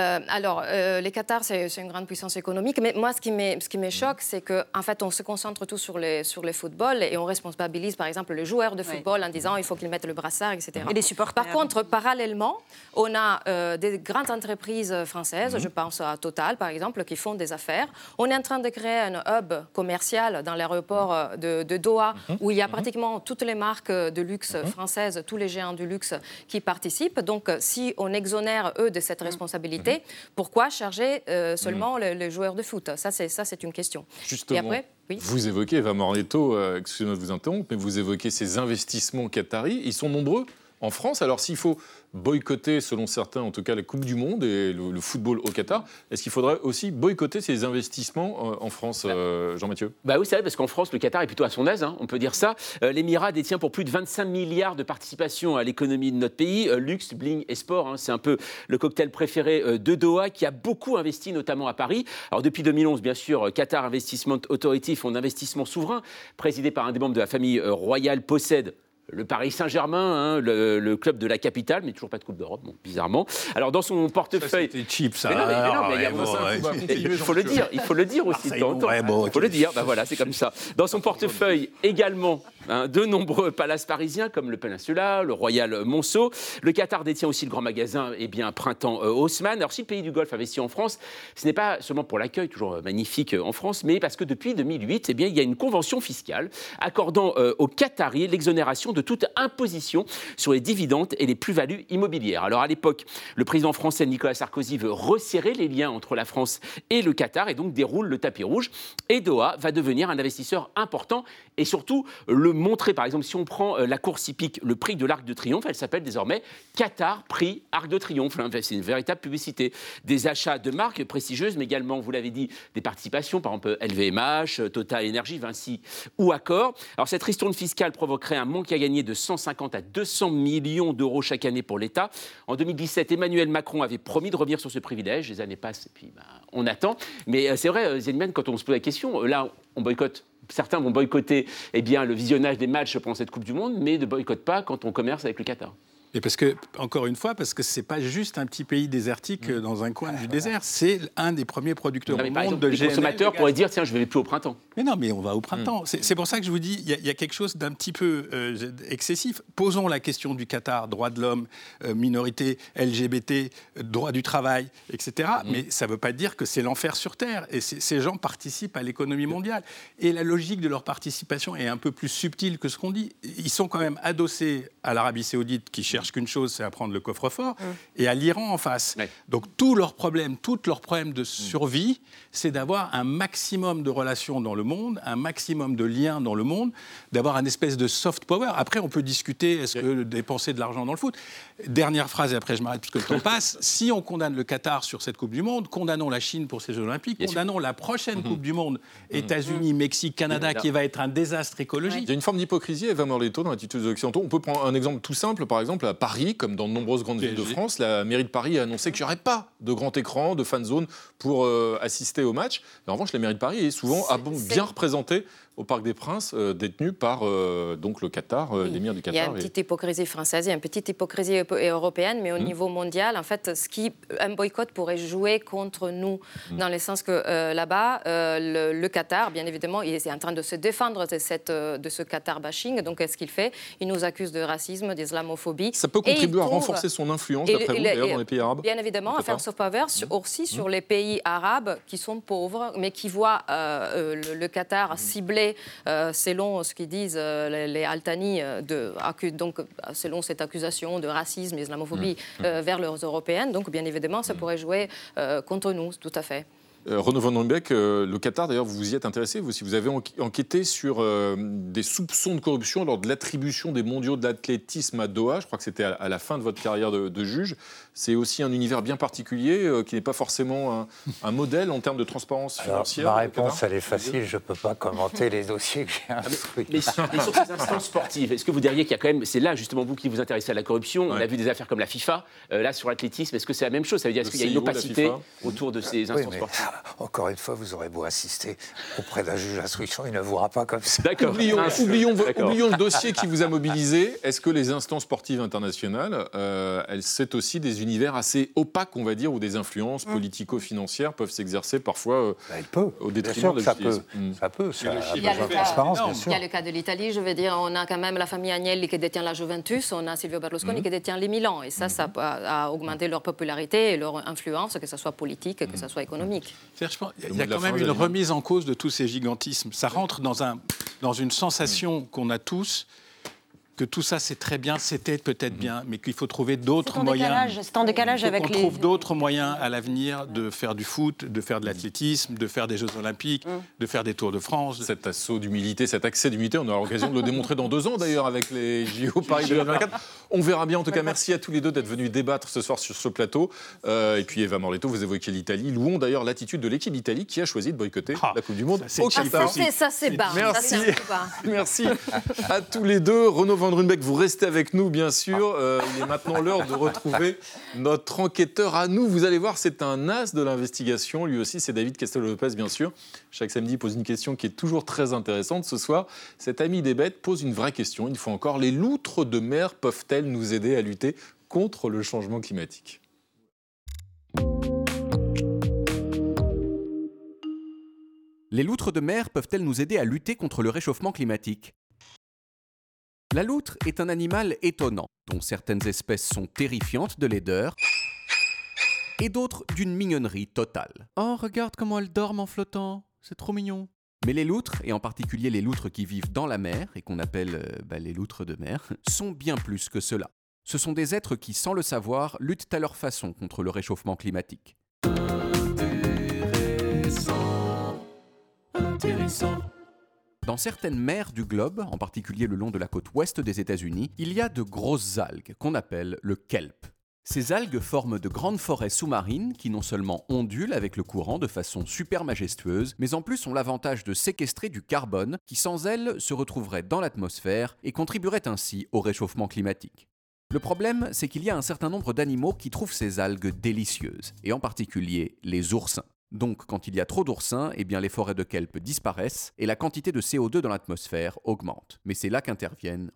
Les Qatar, c'est une grande puissance économique, mais moi, ce qui me choque, c'est qu'en fait, on se concentre tout sur le football et on responsabilise, par exemple, les joueurs de football en disant il faut qu'ils mettent le brassard, etc. Et les supporters. Par contre, parallèlement, on a des grandes entreprises françaises, je pense à Total, par exemple, qui font des affaires. On est en train de créer un hub commercial dans l'aéroport de Doha, où il y a pratiquement toutes les marques de luxe françaises, tous les géants du luxe qui participent. Donc, si on exonère, eux, de cette responsabilité, pourquoi charger seulement les joueurs de foot? Ça, c'est une question. Justement, et après, vous évoquez, Eva Morneto, excusez-moi de vous interrompre, mais vous évoquez ces investissements qataris. Ils sont nombreux en France. Alors, s'il faut boycotter, selon certains, en tout cas, la Coupe du Monde et le football au Qatar, est-ce qu'il faudrait aussi boycotter ces investissements en France, Jean-Mathieu? Oui, c'est vrai, parce qu'en France, le Qatar est plutôt à son aise, on peut dire ça. L'Émirat détient pour plus de 25 milliards de participation à l'économie de notre pays. Luxe, bling et sport, c'est un peu le cocktail préféré de Doha, qui a beaucoup investi, notamment à Paris. Alors, depuis 2011, bien sûr, Qatar Investment Authority, fonds d'investissement souverain, présidé par un des membres de la famille royale, possède le Paris Saint-Germain, le club de la capitale, mais toujours pas de Coupe d'Europe, bon, bizarrement. Alors, dans son portefeuille... C'était cheap, ça. Il faut le dire, il faut le dire aussi. Il faut le dire, voilà, c'est comme ça. Dans son portefeuille, également, de nombreux palaces parisiens, comme le Peninsula, le Royal Monceau. Le Qatar détient aussi le grand magasin Printemps Haussmann. Alors, si le pays du Golfe investit en France, ce n'est pas seulement pour l'accueil, toujours magnifique en France, mais parce que depuis 2008, il y a une convention fiscale accordant aux Qataris l'exonération de toute imposition sur les dividendes et les plus-values immobilières. Alors à l'époque, le président français Nicolas Sarkozy veut resserrer les liens entre la France et le Qatar et donc déroule le tapis rouge. Et Doha va devenir un investisseur important et surtout le montrer. Par exemple, si on prend la course hippique, le prix de l'Arc de Triomphe, elle s'appelle désormais Qatar Prix Arc de Triomphe. C'est une véritable publicité. Des achats de marques prestigieuses, mais également, vous l'avez dit, des participations, par exemple LVMH, Total Energy, Vinci ou Accor. Alors cette ristourne fiscale provoquerait un manque à gagner de 150 à 200 millions d'euros chaque année pour l'État. En 2017, Emmanuel Macron avait promis de revenir sur ce privilège. Les années passent et puis on attend. Mais c'est vrai, Zélimane, quand on se pose la question, là, on boycotte certains vont boycotter le visionnage des matchs pendant cette Coupe du Monde, mais ne boycottent pas quand on commerce avec le Qatar. Et parce que, encore une fois, parce que c'est pas juste un petit pays désertique dans un coin du désert, c'est un des premiers producteurs au monde de GNL. Les consommateurs pourraient dire, tiens, je vais plus au printemps. Mais non, mais on va au printemps. C'est pour ça que je vous dis, il y a quelque chose d'un petit peu excessif. Posons la question du Qatar, droits de l'homme, minorité LGBT, droit du travail, etc. Mais ça ne veut pas dire que c'est l'enfer sur Terre. Et ces gens participent à l'économie mondiale. Et la logique de leur participation est un peu plus subtile que ce qu'on dit. Ils sont quand même adossés à l'Arabie Saoudite qui cherche qu'une chose, c'est à prendre le coffre-fort, et à l'Iran en face. Donc tous leurs problèmes de survie, c'est d'avoir un maximum de relations dans le monde, un maximum de liens dans le monde, d'avoir un espèce de soft power. Après, on peut discuter, est-ce que dépenser de l'argent dans le foot ? Dernière phrase, et après je m'arrête parce que le temps passe. Si on condamne le Qatar sur cette Coupe du Monde, condamnons la Chine pour ses Jeux Olympiques, condamnons la prochaine Coupe du Monde, États-Unis, Mexique, Canada, qui va être un désastre écologique. Il y a une forme d'hypocrisie, Eva Morletto, dans l'attitude des Occidentaux. On peut prendre un exemple tout simple, par exemple, à Paris, comme dans de nombreuses grandes villes de France, la mairie de Paris a annoncé qu'il n'y aurait pas de grand écran, de fan zone pour assister au match. Mais en revanche, la mairie de Paris est souvent bien représentée au Parc des Princes, détenu par donc le Qatar, l'émir du Qatar. Il y a une petite hypocrisie française, il y a une petite hypocrisie européenne, mais au niveau mondial, en fait, un boycott pourrait jouer contre nous, dans le sens que là-bas, le Qatar, bien évidemment, il est en train de se défendre de ce Qatar bashing. Donc, qu'est-ce qu'il fait ? Il nous accuse de racisme, d'islamophobie. Ça peut contribuer à renforcer son influence, d'après vous, d'ailleurs, dans les pays arabes ? Bien évidemment, à faire soft power aussi sur les pays arabes qui sont pauvres, mais qui voient le Qatar ciblé selon ce qu'ils disent les Al-Thani, donc selon cette accusation de racisme, islamophobie vers les Européennes. Donc bien évidemment, ça pourrait jouer contre nous, tout à fait. Renaud Van Ruymbeck, le Qatar, d'ailleurs, vous vous y êtes intéressé, vous aussi. Vous avez enquêté sur des soupçons de corruption lors de l'attribution des mondiaux de l'athlétisme à Doha. Je crois que c'était à la fin de votre carrière de juge. C'est aussi un univers bien particulier qui n'est pas forcément un modèle en termes de transparence financière. Ma réponse, elle est facile. Je ne peux pas commenter les dossiers que j'ai instruits. Mais sur ces instances sportives, est-ce que vous diriez qu'il y a quand même... C'est là, justement, vous qui vous intéressez à la corruption. On a vu des affaires comme la FIFA. Là, sur l'athlétisme, est-ce que c'est la même chose ? Ça veut dire, est-ce qu'il y a une opacité autour de ces instances sportives ? Encore une fois, vous aurez beau assister auprès d'un juge d'instruction, il ne vous pas comme ça. D'accord. Oublions le dossier qui vous a mobilisé. Est-ce que les instances sportives internationales, c'est aussi des univers assez opaques, on va dire, où des influences politico-financières peuvent s'exercer parfois au détriment de la justice. Ça peut. Il y a le cas de l'Italie, je veux dire, on a quand même la famille Agnelli qui détient la Juventus, on a Silvio Berlusconi qui détient les Milan, et ça a augmenté leur popularité et leur influence, que ce soit politique, que ce soit économique. Il y a quand même une remise en cause de tous ces gigantismes. Ça rentre dans une sensation qu'on a tous, que tout ça c'est très bien, c'était peut-être bien, mais qu'il faut trouver d'autres moyens. C'est en décalage avec les... On trouve d'autres moyens à l'avenir de faire du foot, de faire de l'athlétisme, de faire des Jeux Olympiques, de faire des Tours de France. Cet assaut d'humilité, cet accès d'humilité, on aura l'occasion de le démontrer dans 2 ans d'ailleurs avec les JO Paris 2024. On verra bien. En tout cas, merci à tous les deux d'être venus débattre ce soir sur ce plateau. Et puis Eva Morletto, vous évoquez l'Italie. Louons d'ailleurs l'attitude de l'équipe d'Italie qui a choisi de boycotter la Coupe du Monde au Qatar. Ça c'est bas. Merci à tous les deux. Renaud Van Ruymbeck, vous restez avec nous, bien sûr. Il est maintenant l'heure de retrouver notre enquêteur à nous. Vous allez voir, c'est un as de l'investigation. Lui aussi, c'est David Castel-Lopez, bien sûr. Chaque samedi, il pose une question qui est toujours très intéressante. Ce soir, cet ami des bêtes pose une vraie question. Une fois encore, les loutres de mer peuvent-elles nous aider à lutter contre le changement climatique ? Les loutres de mer peuvent-elles nous aider à lutter contre le réchauffement climatique ? La loutre est un animal étonnant, dont certaines espèces sont terrifiantes de laideur et d'autres d'une mignonnerie totale. Oh, regarde comment elles dorment en flottant, c'est trop mignon. Mais les loutres, et en particulier les loutres qui vivent dans la mer, et qu'on appelle les loutres de mer, sont bien plus que cela. Ce sont des êtres qui, sans le savoir, luttent à leur façon contre le réchauffement climatique. Intéressant. Dans certaines mers du globe, en particulier le long de la côte ouest des États-Unis, il y a de grosses algues qu'on appelle le kelp. Ces algues forment de grandes forêts sous-marines qui non seulement ondulent avec le courant de façon super majestueuse, mais en plus ont l'avantage de séquestrer du carbone qui sans elles se retrouverait dans l'atmosphère et contribuerait ainsi au réchauffement climatique. Le problème, c'est qu'il y a un certain nombre d'animaux qui trouvent ces algues délicieuses, et en particulier les oursins. Donc, quand il y a trop d'oursins, eh bien les forêts de kelp disparaissent et la quantité de CO2 dans l'atmosphère augmente. Mais c'est là qu'interviennent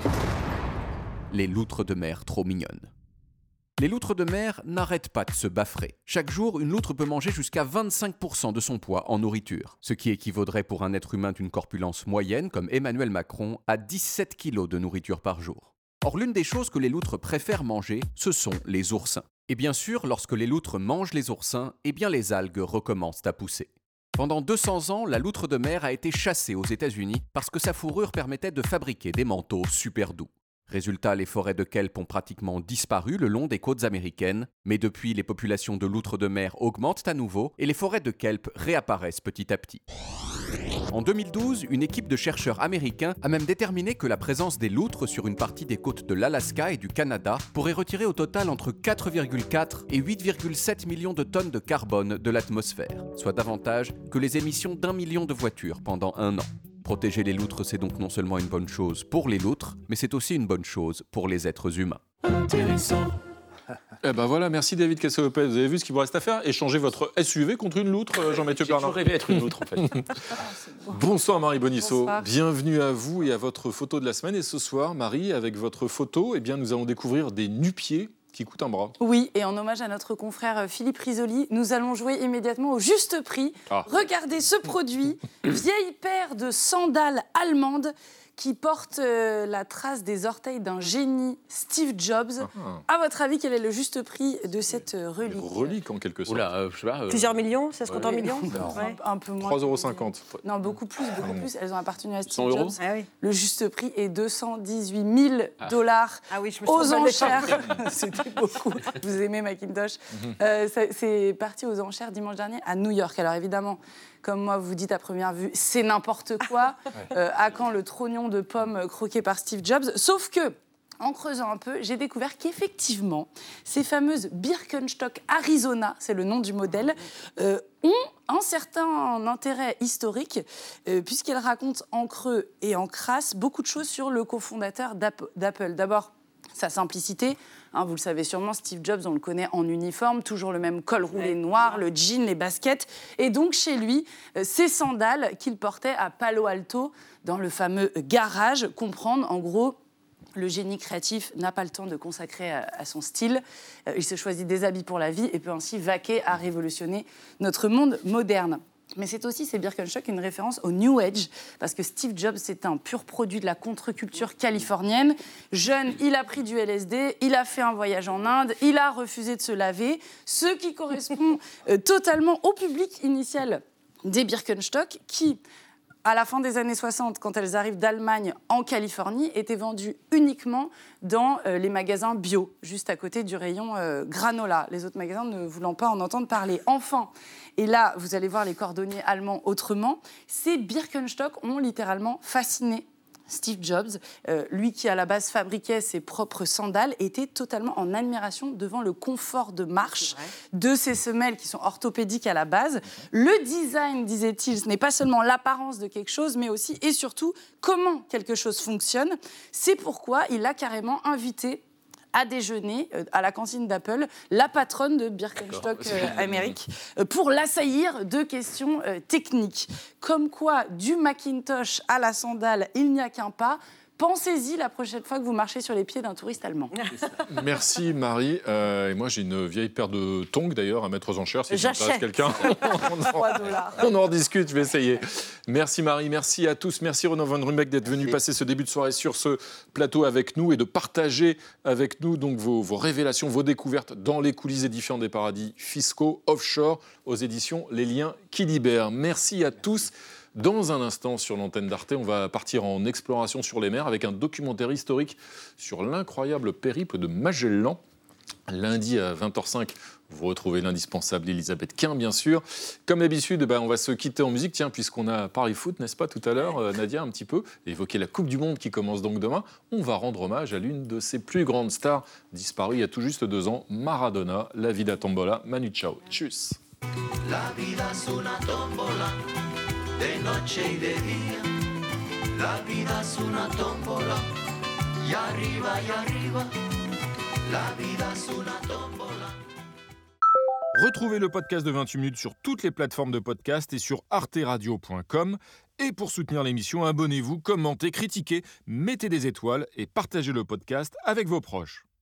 les loutres de mer trop mignonnes. Les loutres de mer n'arrêtent pas de se baffrer. Chaque jour, une loutre peut manger jusqu'à 25% de son poids en nourriture, ce qui équivaudrait pour un être humain d'une corpulence moyenne, comme Emmanuel Macron, à 17 kilos de nourriture par jour. Or, l'une des choses que les loutres préfèrent manger, ce sont les oursins. Et bien sûr, lorsque les loutres mangent les oursins, eh bien les algues recommencent à pousser. Pendant 200 ans, la loutre de mer a été chassée aux États-Unis parce que sa fourrure permettait de fabriquer des manteaux super doux. Résultat, les forêts de kelp ont pratiquement disparu le long des côtes américaines, mais depuis, les populations de loutres de mer augmentent à nouveau et les forêts de kelp réapparaissent petit à petit. En 2012, une équipe de chercheurs américains a même déterminé que la présence des loutres sur une partie des côtes de l'Alaska et du Canada pourrait retirer au total entre 4,4 et 8,7 millions de tonnes de carbone de l'atmosphère, soit davantage que les émissions d'1 million de voitures pendant un an. Protéger les loutres, c'est donc non seulement une bonne chose pour les loutres, mais c'est aussi une bonne chose pour les êtres humains. Intéressant. Eh ben voilà, merci David Cassel-Lopez. Vous avez vu ce qu'il vous reste à faire? Échanger votre SUV contre une loutre, Jean-Mathieu Bernard. J'ai toujours rêvé d'être une loutre, en fait. Bonsoir Marie Bonisseau. Bonsoir. Bienvenue à vous et à votre photo de la semaine. Et ce soir, Marie, avec votre photo, eh bien, nous allons découvrir des nu-pieds qui coûtent un bras. Oui, et en hommage à notre confrère Philippe Risoli, nous allons jouer immédiatement au juste prix. Regardez ce produit, vieille paire de sandales allemandes qui porte la trace des orteils d'un génie, Steve Jobs. À votre avis, quel est le juste prix de cette relique? Relique en quelque sorte. Oula, je sais pas, Plusieurs millions, ça se compte en millions? Un peu moins. 3,50 €. Non, beaucoup plus. Elles ont appartenu à Steve 100 Jobs. €. Ah oui. Le juste prix est 218 000 $. Ah oui, je me aux souviens de l'époque. enchères. C'était beaucoup. Vous aimez Macintosh. C'est parti aux enchères dimanche dernier à New York. Alors évidemment, comme moi, vous dites à première vue, c'est n'importe quoi. À quand le trognon de pommes croqué par Steve Jobs? Sauf que, en creusant un peu, j'ai découvert qu'effectivement, ces fameuses Birkenstock Arizona, c'est le nom du modèle, ont un certain intérêt historique, puisqu'elles racontent en creux et en crasse beaucoup de choses sur le cofondateur d'Apple. D'abord, sa simplicité. Vous le savez sûrement, Steve Jobs, on le connaît en uniforme, toujours le même col roulé noir, le jean, les baskets. Et donc, chez lui, ces sandales qu'il portait à Palo Alto, dans le fameux garage, comprendre, en gros, le génie créatif n'a pas le temps de consacrer à son style. Il se choisit des habits pour la vie et peut ainsi vaquer à révolutionner notre monde moderne. Mais c'est aussi, ces Birkenstock, une référence au New Age, parce que Steve Jobs, c'est un pur produit de la contre-culture californienne. Jeune, il a pris du LSD, il a fait un voyage en Inde, il a refusé de se laver, ce qui correspond totalement au public initial des Birkenstock, qui, à la fin des années 60, quand elles arrivent d'Allemagne en Californie, étaient vendues uniquement dans les magasins bio, juste à côté du rayon granola, les autres magasins ne voulant pas en entendre parler. Enfin, et là, vous allez voir les cordonniers allemands autrement, ces Birkenstock ont littéralement fasciné Steve Jobs, lui qui à la base fabriquait ses propres sandales, était totalement en admiration devant le confort de marche de ces semelles qui sont orthopédiques à la base. Le design, disait-il, ce n'est pas seulement l'apparence de quelque chose, mais aussi et surtout comment quelque chose fonctionne. C'est pourquoi il a carrément invité à déjeuner à la cantine d'Apple la patronne de Birkenstock Amérique pour l'assaillir de questions techniques. Comme quoi, du Macintosh à la sandale, il n'y a qu'un pas. Pensez-y la prochaine fois que vous marchez sur les pieds d'un touriste allemand. Merci Marie. Et moi j'ai une vieille paire de tongs d'ailleurs à mettre aux enchères si ça intéresse quelqu'un. On en rediscute, je vais essayer. Merci Marie, merci à tous. Merci Renaud Van Rumbeck d'être venu passer ce début de soirée sur ce plateau avec nous et de partager avec nous donc vos révélations, vos découvertes dans les coulisses édifiantes des paradis fiscaux offshore aux éditions Les Liens qui libèrent. Merci à tous. Dans un instant, sur l'antenne d'Arte, on va partir en exploration sur les mers avec un documentaire historique sur l'incroyable périple de Magellan. Lundi à 20h05, vous retrouvez l'indispensable Elisabeth Quint, bien sûr. Comme d'habitude, on va se quitter en musique, puisqu'on a parlé foot, n'est-ce pas, tout à l'heure, Nadia, un petit peu, évoqué la Coupe du Monde qui commence donc demain. On va rendre hommage à l'une de ses plus grandes stars, disparue il y a tout juste 2 ans, Maradona, la vida tombola. Manu Chao. Tchuss. La vida es una tombola. De noche y de día, la vida es una tómbola, y arriba, la vida es una tómbola. Retrouvez le podcast de 28 minutes sur toutes les plateformes de podcast et sur arteradio.com. Et pour soutenir l'émission, abonnez-vous, commentez, critiquez, mettez des étoiles et partagez le podcast avec vos proches.